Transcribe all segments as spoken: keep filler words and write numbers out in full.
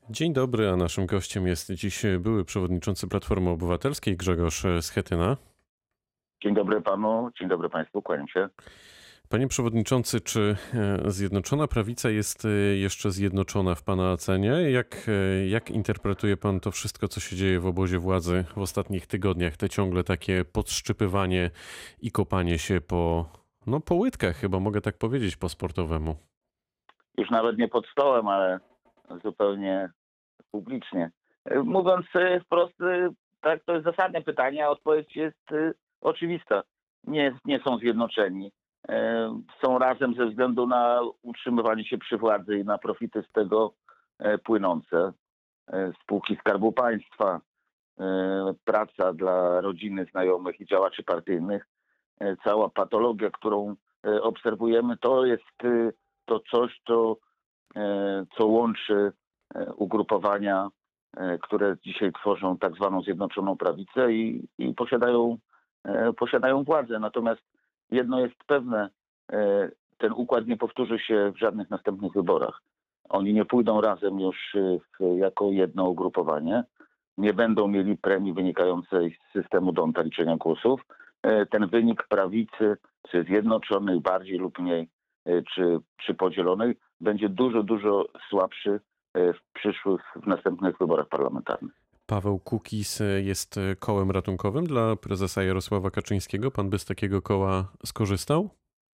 Dzień dobry, a naszym gościem jest dziś były przewodniczący Platformy Obywatelskiej Grzegorz Schetyna. Dzień dobry panu, dzień dobry państwu, kłaniam się. Panie przewodniczący, czy e, Zjednoczona Prawica jest e, jeszcze zjednoczona w pana ocenie? Jak, e, jak interpretuje pan to wszystko, co się dzieje w obozie władzy w ostatnich tygodniach? Te ciągle takie podszczypywanie i kopanie się po, no, po łydkach, chyba mogę tak powiedzieć po sportowemu. Już nawet nie pod stołem, ale zupełnie publicznie. E, Mówiąc e, wprost, e, tak, to jest zasadne pytanie, a odpowiedź jest e, oczywista. Nie, nie są zjednoczeni. E, Są razem ze względu na utrzymywanie się przy władzy i na profity z tego e, płynące. E, Spółki Skarbu Państwa, e, praca dla rodziny, znajomych i działaczy partyjnych. E, Cała patologia, którą e, obserwujemy, to jest e, to coś, co, e, co łączy e, ugrupowania, e, które dzisiaj tworzą tak zwaną Zjednoczoną Prawicę i, i posiadają, e, posiadają władzę. Natomiast jedno jest pewne, e, ten układ nie powtórzy się w żadnych następnych wyborach. Oni nie pójdą razem już e, w, jako jedno ugrupowanie. Nie będą mieli premii wynikającej z systemu D'Hondta liczenia głosów. E, Ten wynik prawicy, czy zjednoczonej bardziej lub mniej, e, czy, czy podzielonej, będzie dużo, dużo słabszy e, w przyszłych, w następnych wyborach parlamentarnych. Paweł Kukiz jest kołem ratunkowym dla prezesa Jarosława Kaczyńskiego. Pan by z takiego koła skorzystał?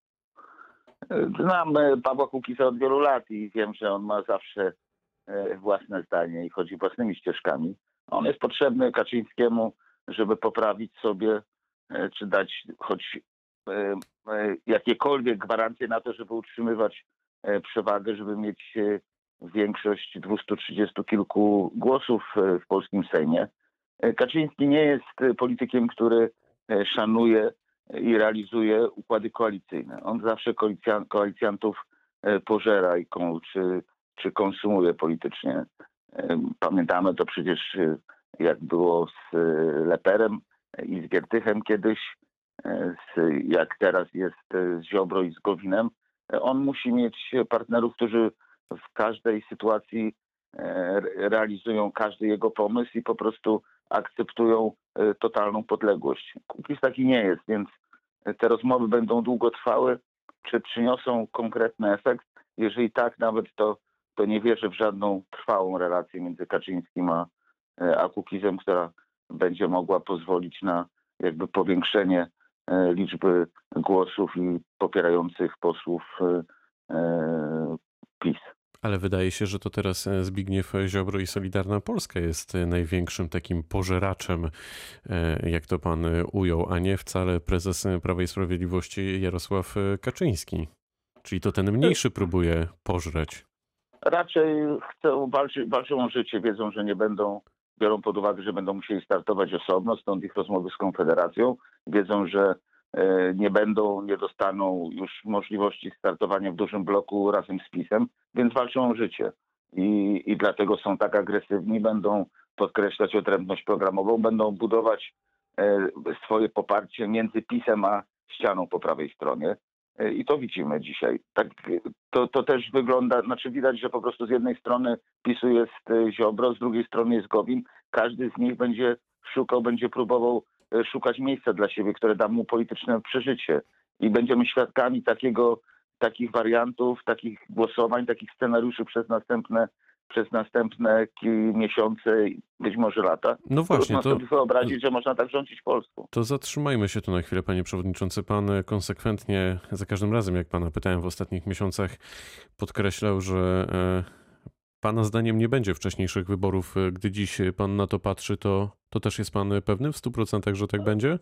E, Znam e, Pawła Kukiza od wielu lat i wiem, że on ma zawsze e, własne zdanie i chodzi własnymi ścieżkami. On jest potrzebny Kaczyńskiemu, żeby poprawić sobie, e, czy dać choć e, e, jakiekolwiek gwarancje na to, żeby utrzymywać e, przewagę, żeby mieć e, większość dwustu trzydziestu kilku głosów e, w polskim Sejmie. E, Kaczyński nie jest e, politykiem, który e, szanuje i realizuje układy koalicyjne. On zawsze koalicjan- koalicjantów e, pożera i kon- czy, czy konsumuje politycznie. E, Pamiętamy to przecież, e, jak było z e, Leperem i z Giertychem kiedyś, e, z, jak teraz jest e, z Ziobro i z Gowinem. E, On musi mieć partnerów, którzy w każdej sytuacji e, re- realizują każdy jego pomysł i po prostu akceptują e, totalną podległość. Kukiz taki nie jest, więc te rozmowy będą długo trwały. Czy przyniosą konkretny efekt? Jeżeli tak, nawet to, to nie wierzę w żadną trwałą relację między Kaczyńskim a, e, a Kukizem, która będzie mogła pozwolić na jakby powiększenie e, liczby głosów i popierających posłów e, e, PiS. Ale wydaje się, że to teraz e, Zbigniew Ziobro i Solidarna Polska jest e, największym takim pożeraczem, e, jak to pan e, ujął, a nie wcale prezes e, Prawa i Sprawiedliwości Jarosław e, Kaczyński. Czyli to ten mniejszy próbuje pożreć. Raczej chcą walczyć, walczą o życie, wiedzą, że nie będą, biorą pod uwagę, że będą musieli startować osobno, stąd ich rozmowy z Konfederacją. Wiedzą, że e, nie będą, nie dostaną już możliwości startowania w dużym bloku razem z PiS-em, więc walczą o życie. I, i dlatego są tak agresywni, będą podkreślać odrębność programową, będą budować e, swoje poparcie między PiS-em a ścianą po prawej stronie. E, I to widzimy dzisiaj. Tak, to, to też wygląda, znaczy widać, że po prostu z jednej strony PiSu jest e, Ziobro, z drugiej strony jest Gowin. Każdy z nich będzie szukał, będzie próbował e, szukać miejsca dla siebie, które da mu polityczne przeżycie. I będziemy świadkami takiego, takich wariantów, takich głosowań, takich scenariuszy przez następne, przez następne ki- miesiące, być może lata. No właśnie, Trudno to, sobie wyobrazić, że można tak rządzić Polską. to zatrzymajmy się tu na chwilę, panie przewodniczący. Pan e, konsekwentnie, za każdym razem, jak pana pytałem w ostatnich miesiącach, podkreślał, że e, pana zdaniem nie będzie wcześniejszych wyborów. E, Gdy dziś pan na to patrzy, to, to też jest pan pewny w stu procentach, że tak będzie?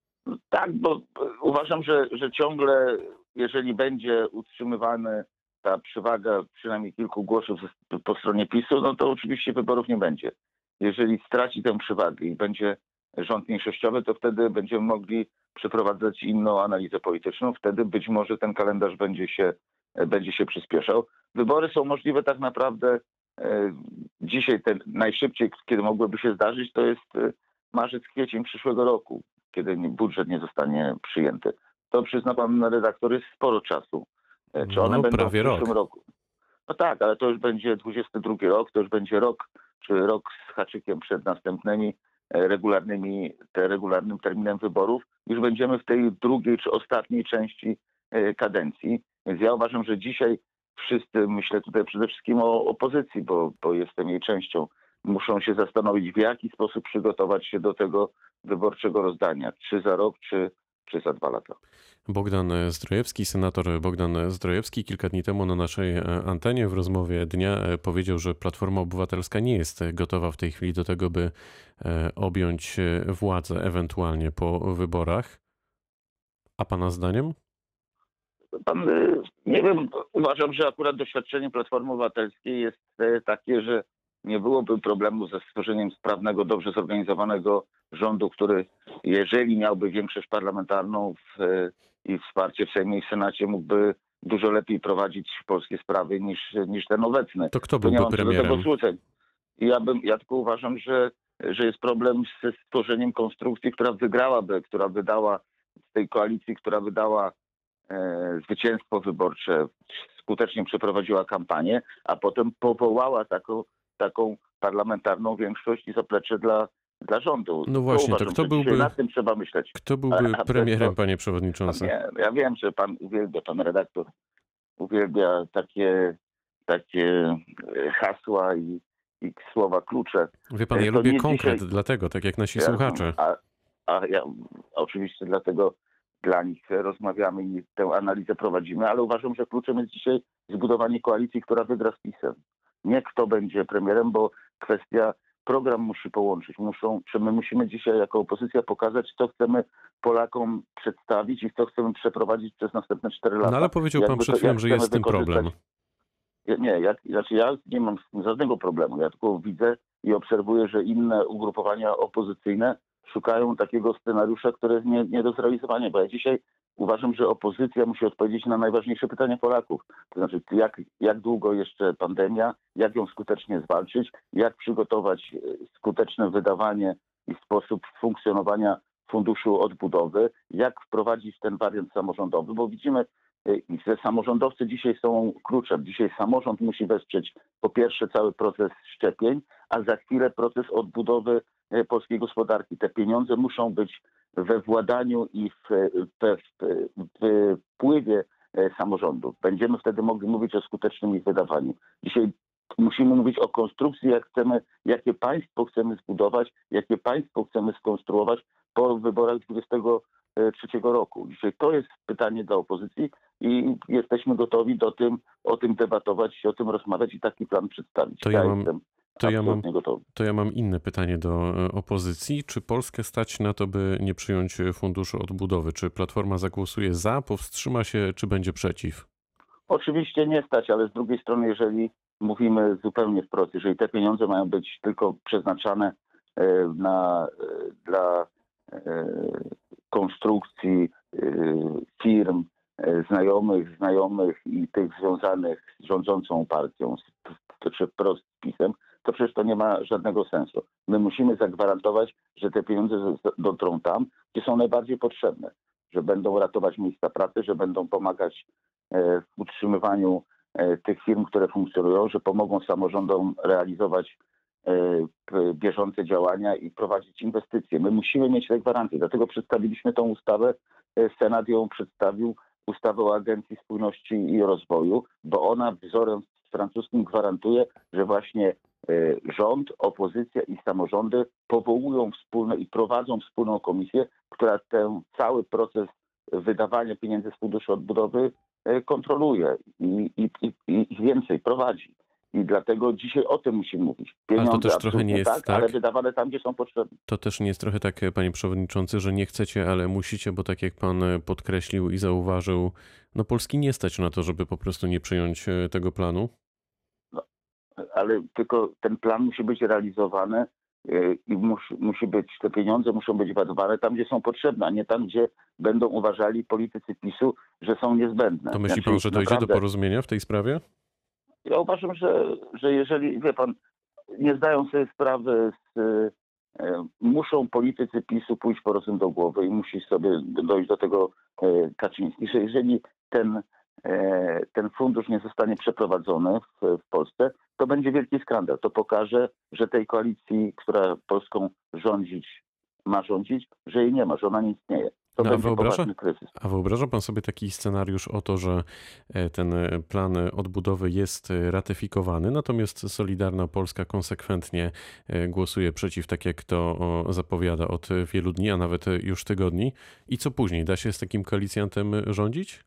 Tak, bo e, uważam, że, że ciągle, jeżeli będzie utrzymywana ta przewaga przynajmniej kilku głosów ze- po stronie PiSu, no to oczywiście wyborów nie będzie. Jeżeli straci tę przewagę i będzie rząd mniejszościowy, to wtedy będziemy mogli przeprowadzać inną analizę polityczną. Wtedy być może ten kalendarz będzie się, e, będzie się przyspieszał. Wybory są możliwe tak naprawdę e, dzisiaj, ten, najszybciej, kiedy mogłyby się zdarzyć, to jest e, marzec, kwiecień przyszłego roku, kiedy nie- budżet nie zostanie przyjęty. To przyzna pan redaktor, jest sporo czasu. E, Czy one No, będą w prawie przyszłym rok. roku? No tak, ale to już będzie dwudziesty drugi rok, to już będzie rok, czy rok z haczykiem przed następnymi e, regularnymi, te regularnym terminem wyborów. Już będziemy w tej drugiej czy ostatniej części e, kadencji. Więc ja uważam, że dzisiaj wszyscy, myślę tutaj przede wszystkim o opozycji, bo, bo jestem jej częścią, muszą się zastanowić, w jaki sposób przygotować się do tego wyborczego rozdania. Czy za rok, czy, czy za dwa lata. Bogdan Zdrojewski, senator Bogdan Zdrojewski kilka dni temu na naszej e, antenie w rozmowie dnia e, powiedział, że Platforma Obywatelska nie jest gotowa w tej chwili do tego, by e, objąć e, władzę ewentualnie po wyborach. A pana zdaniem? Pan, y, nie wiem, uważam, że akurat doświadczenie Platformy Obywatelskiej jest e, takie, że nie byłoby problemu ze stworzeniem sprawnego, dobrze zorganizowanego rządu, który, jeżeli miałby większość parlamentarną w, e, i wsparcie w Sejmie i w Senacie, mógłby dużo lepiej prowadzić polskie sprawy niż, niż ten obecny. To kto Tu nie byłby mam co do tego premierem? złudzeń. I ja, bym, ja tylko uważam, że, że jest problem ze stworzeniem konstrukcji, która wygrałaby, która wydała z tej koalicji, która wydała e, zwycięstwo wyborcze, skutecznie przeprowadziła kampanię, a potem powołała taką, taką parlamentarną większość i zaplecze dla, dla rządu. No To właśnie, to uważam, kto że dzisiaj byłby, nad tym trzeba myśleć. kto A, byłby a premierem, to, panie no przewodniczący? nie, ja wiem, że pan uwielbia, pan redaktor uwielbia takie, takie e, hasła i, i słowa klucze. Wie pan, E, ja To lubię nie konkret, dzisiaj. dlatego, tak jak nasi Ja słuchacze. A, a ja oczywiście dlatego dla nich rozmawiamy i tę analizę prowadzimy, ale uważam, że kluczem jest dzisiaj zbudowanie koalicji, która wygra z PiS-em. Nie kto będzie premierem, bo kwestia, program musi połączyć. Muszą, czy my musimy dzisiaj jako opozycja pokazać, co chcemy Polakom przedstawić i co chcemy przeprowadzić przez następne cztery lata. No ale powiedział pan Jakby przed to, chwilą, jak że jest chcemy z tym wykorzystać. problem. Ja- Nie, ja, znaczy ja nie mam z tym żadnego problemu. Ja tylko widzę i obserwuję, że inne ugrupowania opozycyjne szukają takiego scenariusza, który jest nie, nie do zrealizowania. Bo ja dzisiaj uważam, że opozycja musi odpowiedzieć na najważniejsze pytania Polaków. To znaczy, jak, jak długo jeszcze pandemia, jak ją skutecznie zwalczyć, jak przygotować e, skuteczne wydawanie i sposób funkcjonowania Funduszu Odbudowy, jak wprowadzić ten wariant samorządowy, bo widzimy, że samorządowcy dzisiaj są kluczem. Dzisiaj samorząd musi wesprzeć po pierwsze cały proces szczepień, a za chwilę proces odbudowy e, polskiej gospodarki. Te pieniądze muszą być we władaniu i w, w, w, w wpływie e, samorządów. Będziemy wtedy mogli mówić o skutecznym ich wydawaniu. Dzisiaj musimy mówić o konstrukcji, jak chcemy, jakie państwo chcemy zbudować, jakie państwo chcemy skonstruować po wyborach dwudziestego trzeciego roku. Dzisiaj to jest pytanie dla opozycji i jesteśmy gotowi do tym, o tym debatować, o tym rozmawiać i taki plan przedstawić. To ja mam- jestem to ja mam- absolutnie gotowy. To ja mam inne pytanie do e, opozycji. Czy Polskę stać na to, by nie przyjąć e, Funduszu Odbudowy? Czy Platforma zagłosuje za, powstrzyma się, czy będzie przeciw? Oczywiście nie stać, ale z drugiej strony, jeżeli mówimy zupełnie wprost, jeżeli te pieniądze mają być tylko przeznaczane e, na, e, dla e, konstrukcji e, firm, e, znajomych, znajomych i tych związanych z rządzącą partią, z- to czy wprost z PiS-em, to przecież to nie ma żadnego sensu. My musimy zagwarantować, że te pieniądze z- dotrą tam, gdzie są najbardziej potrzebne, że będą ratować miejsca pracy, że będą pomagać e, w utrzymywaniu e, tych firm, które funkcjonują, że pomogą samorządom realizować e, p- bieżące działania i prowadzić inwestycje. My musimy mieć te gwarancje. Dlatego przedstawiliśmy tą ustawę. e, Senat ją przedstawił, ustawę o Agencji Spójności i Rozwoju, bo ona wzorem francuskim gwarantuje, że właśnie e, rząd, opozycja i samorządy powołują wspólne i prowadzą wspólną komisję, która ten cały proces wydawania pieniędzy z Funduszu Odbudowy e, kontroluje i, i, i, i więcej prowadzi. I dlatego dzisiaj o tym musimy mówić. Pieniądze też trochę absolutnie nie jest tak, tak? ale wydawane tam, gdzie są potrzebne. To też nie jest trochę tak, e, panie przewodniczący, że nie chcecie, ale musicie, bo tak jak pan e, podkreślił i zauważył, no Polski nie stać na to, żeby po prostu nie przyjąć e, tego planu? Ale tylko ten plan musi być realizowany e, i musi, musi być, te pieniądze muszą być wydawane tam, gdzie są potrzebne, a nie tam, gdzie będą uważali politycy PiSu, że są niezbędne. To myśli Znaczy, pan, że dojdzie do naprawdę, porozumienia w tej sprawie? Ja uważam, że, że jeżeli, wie pan, nie zdają sobie sprawy z, e, muszą politycy PiSu pójść po rozum do głowy i musi sobie dojść do tego e, Kaczyński, że jeżeli ten e, ten fundusz nie zostanie przeprowadzony w, w Polsce, to będzie wielki skandal. To pokaże, że tej koalicji, która Polską rządzić ma rządzić, że jej nie ma, że ona nie istnieje. To No, a będzie wyobraża, poważny kryzys. a wyobraża pan sobie taki scenariusz o to, że e, ten e, plan odbudowy jest e, ratyfikowany, natomiast Solidarna Polska konsekwentnie e, głosuje przeciw, tak jak to o, zapowiada od wielu dni, a nawet e, już tygodni. I co później? Da się z takim koalicjantem rządzić?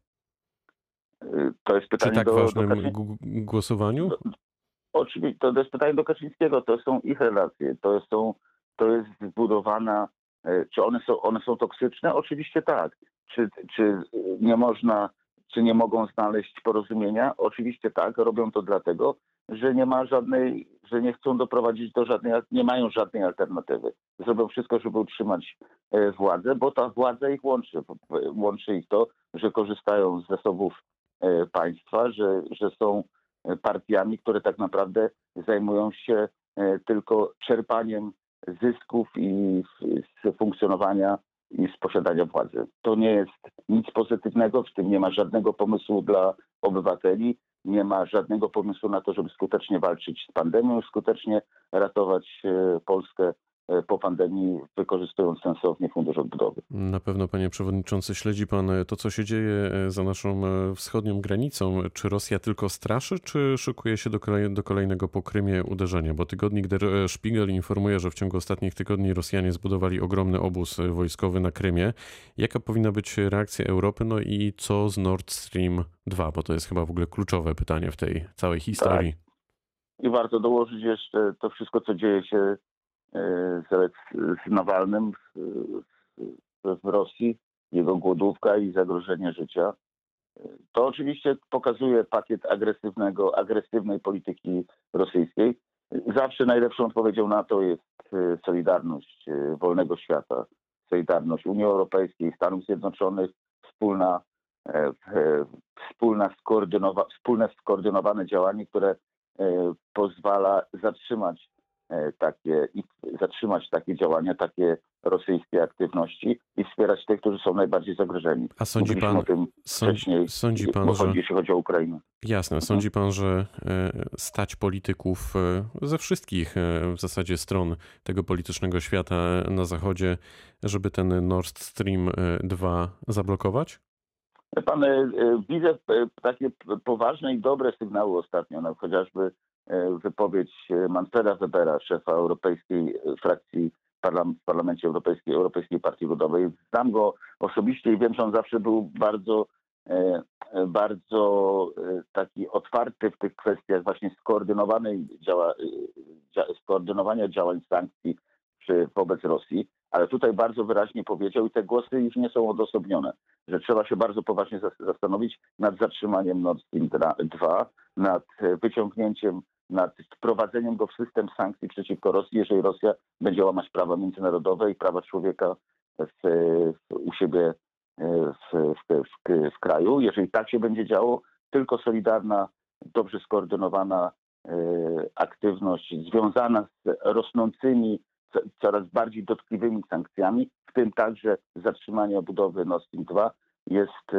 Y, To jest Przy pytanie tak do, do ważnym Kaczyńskiego. g- głosowaniu? Oczywiście, to jest pytanie do Kaczyńskiego, to są ich relacje, to są, to jest zbudowana, e, czy one są, one są toksyczne? Oczywiście tak. Czy, czy nie można, czy nie mogą znaleźć porozumienia? Oczywiście tak, robią to dlatego, że nie ma żadnej, że nie chcą doprowadzić do żadnej, nie mają żadnej alternatywy. Zrobią wszystko, żeby utrzymać e, władzę, bo ta władza ich łączy. Łączy ich to, że korzystają z zasobów e, państwa, że, że są partiami, które tak naprawdę zajmują się e, tylko czerpaniem zysków i z z funkcjonowania i z posiadania władzy. To nie jest nic pozytywnego, w tym nie ma żadnego pomysłu dla obywateli, nie ma żadnego pomysłu na to, żeby skutecznie walczyć z pandemią, skutecznie ratować e, Polskę e, po pandemii, wykorzystując sensownie Fundusz Odbudowy. Na pewno, panie przewodniczący, śledzi pan to, co się dzieje za naszą e, wschodnią granicą. Czy Rosja tylko straszy, czy szykuje się do, kolej, do kolejnego po Krymie uderzenia? Bo tygodnik Der Spiegel informuje, że w ciągu ostatnich tygodni Rosjanie zbudowali ogromny obóz wojskowy na Krymie. Jaka powinna być reakcja Europy? No i co z Nord Stream dwa? Bo to jest chyba w ogóle kluczowe pytanie w tej całej historii. Tak. I warto dołożyć jeszcze to wszystko, co dzieje się e, z, z Nawalnym w, w, w Rosji, jego głodówka i zagrożenie życia. To oczywiście pokazuje pakiet agresywnego, agresywnej polityki rosyjskiej. Zawsze najlepszą odpowiedzią na to jest e, solidarność e, wolnego świata, solidarność Unii Europejskiej, Stanów Zjednoczonych, wspólna, e, e, wspólna skoordynowa, wspólne skoordynowane działanie, które e, pozwala zatrzymać e, takie, i zatrzymać takie działania, takie rosyjskie aktywności i wspierać tych, którzy są najbardziej zagrożeni. A sądzi Mówiliśmy pan, o tym sądzi, wcześniej, sądzi pan, bo że... chodzi, jeśli chodzi o Ukrainę. Jasne. Sądzi pan, że e, stać polityków e, ze wszystkich e, w zasadzie stron tego politycznego świata na Zachodzie, żeby ten Nord Stream dwa zablokować? Pan, e, widzę e, takie poważne i dobre sygnały ostatnio, no, chociażby e, wypowiedź Manfreda Webera, szefa europejskiej frakcji parlam- w Parlamencie Europejskiej, Europejskiej Partii Ludowej. Znam go osobiście i wiem, że on zawsze był bardzo, e, bardzo e, taki otwarty w tych kwestiach właśnie skoordynowanej działa, dzia, skoordynowania działań sankcji przy, wobec Rosji. Ale tutaj bardzo wyraźnie powiedział i te głosy już nie są odosobnione, że trzeba się bardzo poważnie zastanowić nad zatrzymaniem Nord Stream dwa, nad wyciągnięciem, nad wprowadzeniem go w system sankcji przeciwko Rosji, jeżeli Rosja będzie łamać prawa międzynarodowe i prawa człowieka w, w, u siebie w, w, w, w kraju. Jeżeli tak się będzie działo, tylko solidarna, dobrze skoordynowana e, aktywność związana z rosnącymi coraz bardziej dotkliwymi sankcjami, w tym także zatrzymanie budowy Nord Stream dwa jest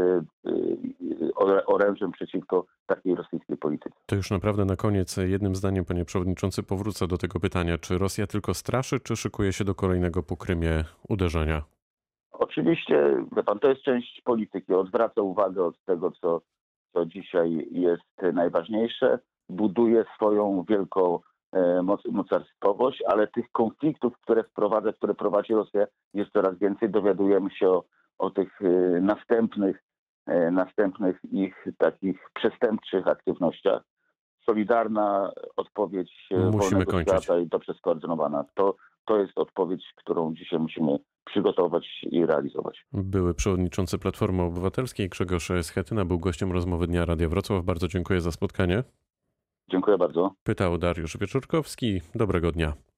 orężem przeciwko takiej rosyjskiej polityce. To już naprawdę na koniec jednym zdaniem, panie przewodniczący, powrócę do tego pytania. Czy Rosja tylko straszy, czy szykuje się do kolejnego po Krymie uderzenia? Oczywiście, wie pan, to jest część polityki. Odwraca uwagę od tego, co, co dzisiaj jest najważniejsze. Buduje swoją wielką Moc, mocarstwowość, ale tych konfliktów, które wprowadza, które prowadzi Rosja, jest coraz więcej. Dowiadujemy się o, o tych y, następnych, y, następnych ich takich przestępczych aktywnościach. Solidarna odpowiedź Musimy wolnego kończyć. świata i dobrze skoordynowana. To, to jest odpowiedź, którą dzisiaj musimy przygotować i realizować. Były przewodniczący Platformy Obywatelskiej Grzegorz Schetyna był gościem rozmowy Dnia Radia Wrocław. Bardzo dziękuję za spotkanie. Dziękuję bardzo. Pytał Dariusz Wieczorkowski. Dobrego dnia.